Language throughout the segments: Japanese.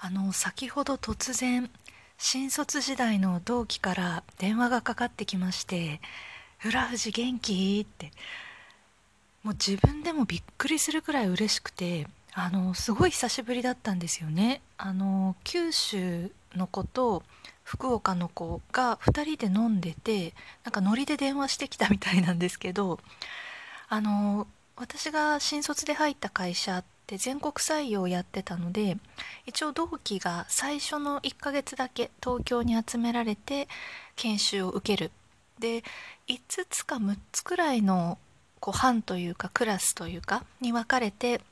先ほど突然、新卒時代の同期から電話がかかってきまして、浦富元気って、もう自分でもびっくりするくらい嬉しくて、すごい久しぶりだったんですよね。九州の子と福岡の子が2人で飲んでて、なんかノリで電話してきたみたいなんですけど、あの私が新卒で入った会社って全国採用をやってたので、一応同期が最初の1ヶ月だけ東京に集められて研修を受ける。で、5つか6つくらいの班というかクラスというかに分かれて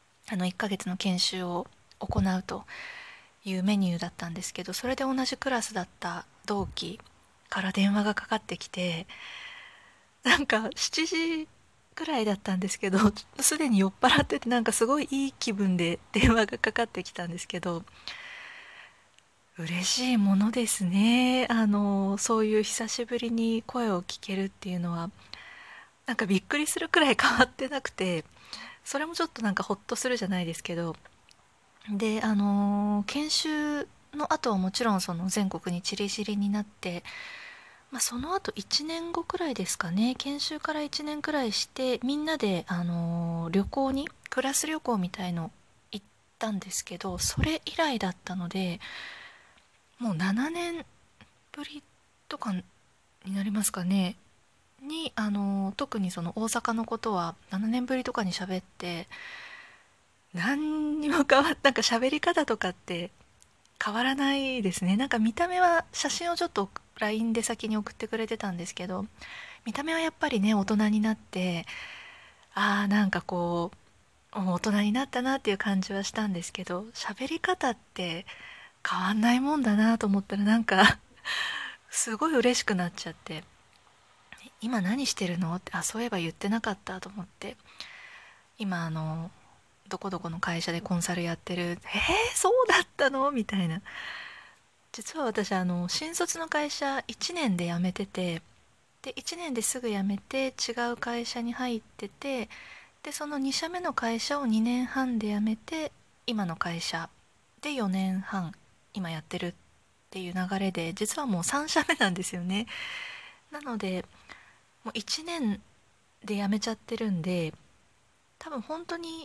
1ヶ月の研修を行うというメニューだったんですけど、それで同じクラスだった同期から電話がかかってきて、なんか7時くらいだったんですけど、すでに酔っ払ってて、なんかすごいいい気分で電話がかかってきたんですけど、嬉しいものですね。そういう久しぶりに声を聞けるっていうのは、なんかびっくりするくらい変わってなくて、それもちょっとなんかホッとするじゃないですけど、で、研修の後はもちろんその全国に散り散りになって、その後1年後くらいですかね、研修から1年くらいしてみんなで、旅行にクラス旅行みたいの行ったんですけど、それ以来だったので、もう7年ぶりとかになりますかね。特にその大阪のことは7年ぶりとかに喋って、何にもなんか喋り方とかって変わらないですね。なんか見た目は写真をちょっと LINE で先に送ってくれてたんですけど、見た目はやっぱりね、大人になって、なんかもう大人になったなっていう感じはしたんですけど、喋り方って変わんないもんだなと思ったら、なんかすごい嬉しくなっちゃって、今何してるのって、そういえば言ってなかったと思って、今どこどこの会社でコンサルやってる。そうだったのみたいな。実は私新卒の会社1年で辞めてて、で1年ですぐ辞めて違う会社に入ってて、でその2社目の会社を2年半で辞めて今の会社で4年半今やってるっていう流れで、実はもう3社目なんですよね。なのでもう1年で辞めちゃってるんで、多分本当に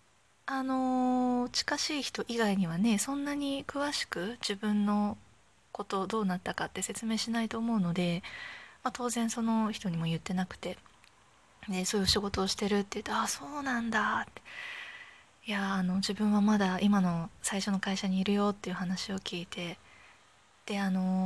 近しい人以外にはね、そんなに詳しく自分のことどうなったかって説明しないと思うので、当然その人にも言ってなくて、でそういう仕事をしてるって言って、そうなんだって、いや自分はまだ今の最初の会社にいるよっていう話を聞いて、で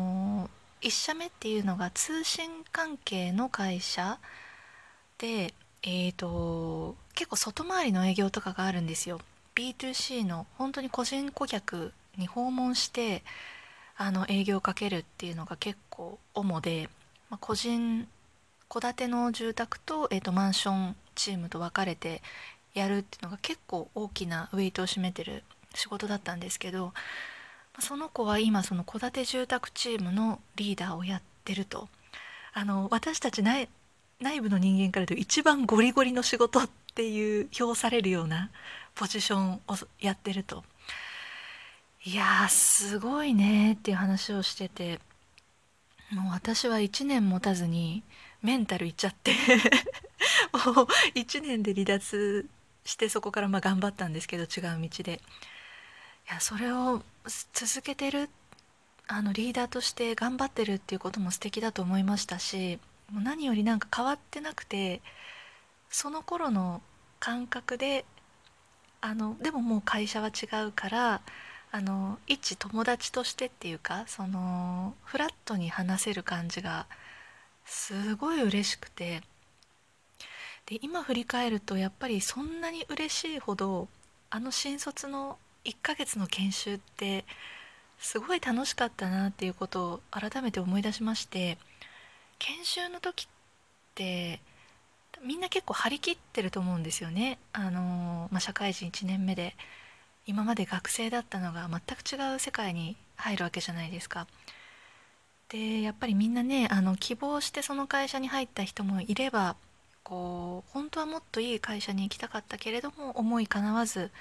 1社目っていうのが通信関係の会社で、結構外回りの営業とかがあるんですよ。 B2C の本当に個人顧客に訪問して営業をかけるっていうのが結構主で、戸建ての住宅と、マンションチームと分かれてやるっていうのが結構大きなウェイトを占めてる仕事だったんですけど、その子は今その戸建て住宅チームのリーダーをやってると。私たち内部の人間から言うと一番ゴリゴリの仕事っていう評されるようなポジションをやってると。いやーすごいねっていう話をしてて、もう私は1年持たずにメンタルいっちゃってもう1年で離脱して、そこから頑張ったんですけど、違う道で。いや、それを続けてる、リーダーとして頑張ってるっていうことも素敵だと思いましたし、もう何よりなんか変わってなくて、その頃の感覚で、でももう会社は違うから、一友達としてっていうか、そのフラットに話せる感じがすごい嬉しくて、で今振り返るとやっぱりそんなに嬉しいほど、新卒の1ヶ月の研修ってすごい楽しかったなっていうことを改めて思い出しまして、研修の時ってみんな結構張り切ってると思うんですよね。社会人1年目で今まで学生だったのが全く違う世界に入るわけじゃないですか。でやっぱりみんなね、希望してその会社に入った人もいれば、本当はもっといい会社に行きたかったけれども思い叶わず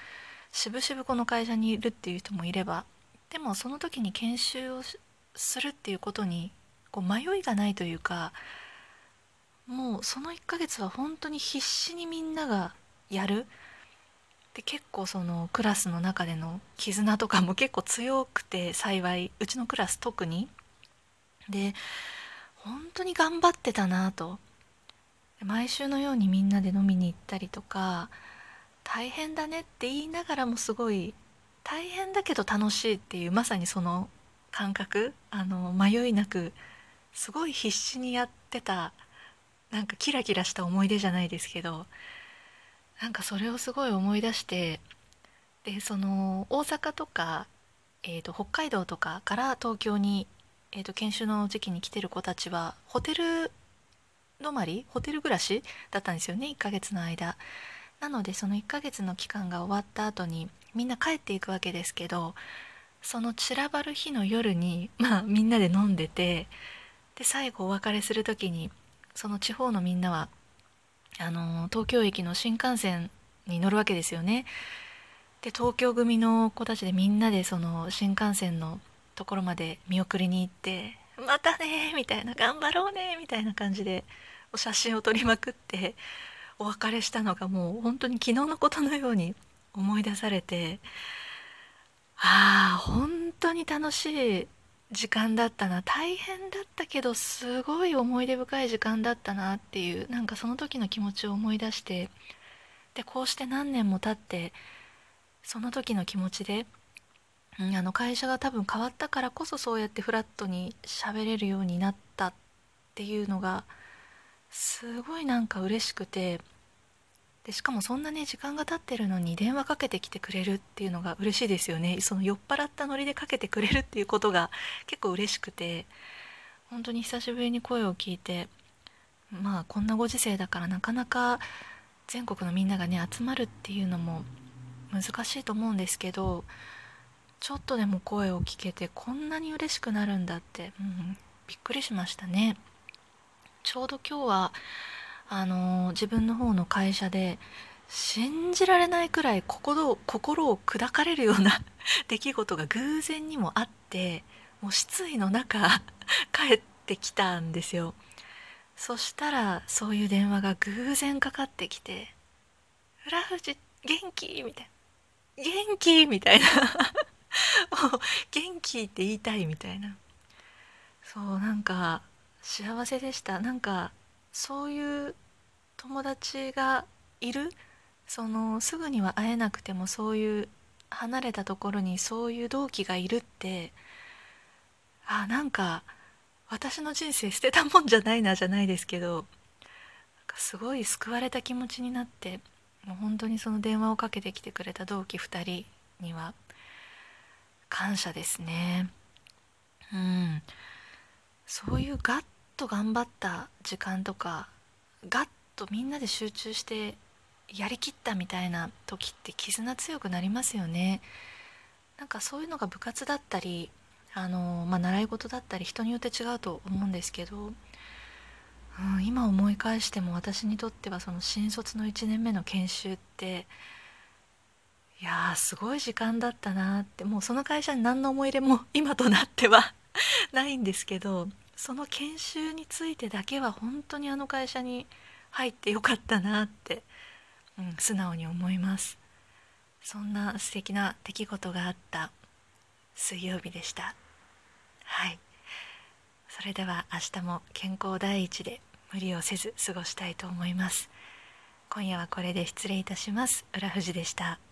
しぶしぶこの会社にいるっていう人もいれば、でもその時に研修をするっていうことにこう迷いがないというか、もうその1ヶ月は本当に必死にみんながやる。で結構そのクラスの中での絆とかも結構強くて、幸いうちのクラス特に。で本当に頑張ってたなと。毎週のようにみんなで飲みに行ったりとか、大変だねって言いながらもすごい大変だけど楽しいっていう、まさにその感覚、迷いなくすごい必死にやってた、なんかキラキラした思い出じゃないですけど、なんかそれをすごい思い出して、でその大阪とか、北海道とかから東京に、研修の時期に来てる子たちはホテル泊まり、ホテル暮らしだったんですよね、1ヶ月の間。なのでその1ヶ月の期間が終わった後にみんな帰っていくわけですけど、その散らばる日の夜にみんなで飲んでて、で最後お別れする時にその地方のみんなは東京駅の新幹線に乗るわけですよね。で東京組の子たちでみんなでその新幹線のところまで見送りに行って、またねみたいな、頑張ろうねみたいな感じでお写真を撮りまくってお別れしたのがもう本当に昨日のことのように思い出されて、ああ本当に楽しい時間だったな、大変だったけどすごい思い出深い時間だったなっていう、なんかその時の気持ちを思い出して、でこうして何年も経ってその時の気持ちで、会社が多分変わったからこそそうやってフラットに喋れるようになったっていうのがすごいなんか嬉しくて、でしかもそんなね時間が経ってるのに電話かけてきてくれるっていうのが嬉しいですよね。その酔っ払ったノリでかけてくれるっていうことが結構嬉しくて、本当に久しぶりに声を聞いて、こんなご時世だからなかなか全国のみんながね集まるっていうのも難しいと思うんですけど、ちょっとでも声を聞けてこんなに嬉しくなるんだって、びっくりしましたね。ちょうど今日は自分の方の会社で信じられないくらい心を砕かれるような出来事が偶然にもあって、もう失意の中帰ってきたんですよ。そしたらそういう電話が偶然かかってきて「浦富元気?」みたいな「元気?」みたいなもう元気って言いたいみたいな。そうなんか幸せでした。なんかそういう友達がいる、そのすぐには会えなくてもそういう離れたところにそういう同期がいるって、なんか私の人生捨てたもんじゃないなじゃないですけど、なんかすごい救われた気持ちになって、もう本当にその電話をかけてきてくれた同期2人には感謝ですね。うん、そういうガッと頑張った時間とか、ガッとみんなで集中してやりきったみたいな時って絆強くなりますよね。なんかそういうのが部活だったり習い事だったり人によって違うと思うんですけど、今思い返しても私にとってはその新卒の1年目の研修って、いやーすごい時間だったなって。もうその会社に何の思い入れも今となってはないんですけど、その研修についてだけは本当にあの会社に入ってよかったなって、素直に思います。そんな素敵な出来事があった水曜日でした。はい。それでは明日も健康第一で無理をせず過ごしたいと思います。今夜はこれで失礼いたします。浦富士でした。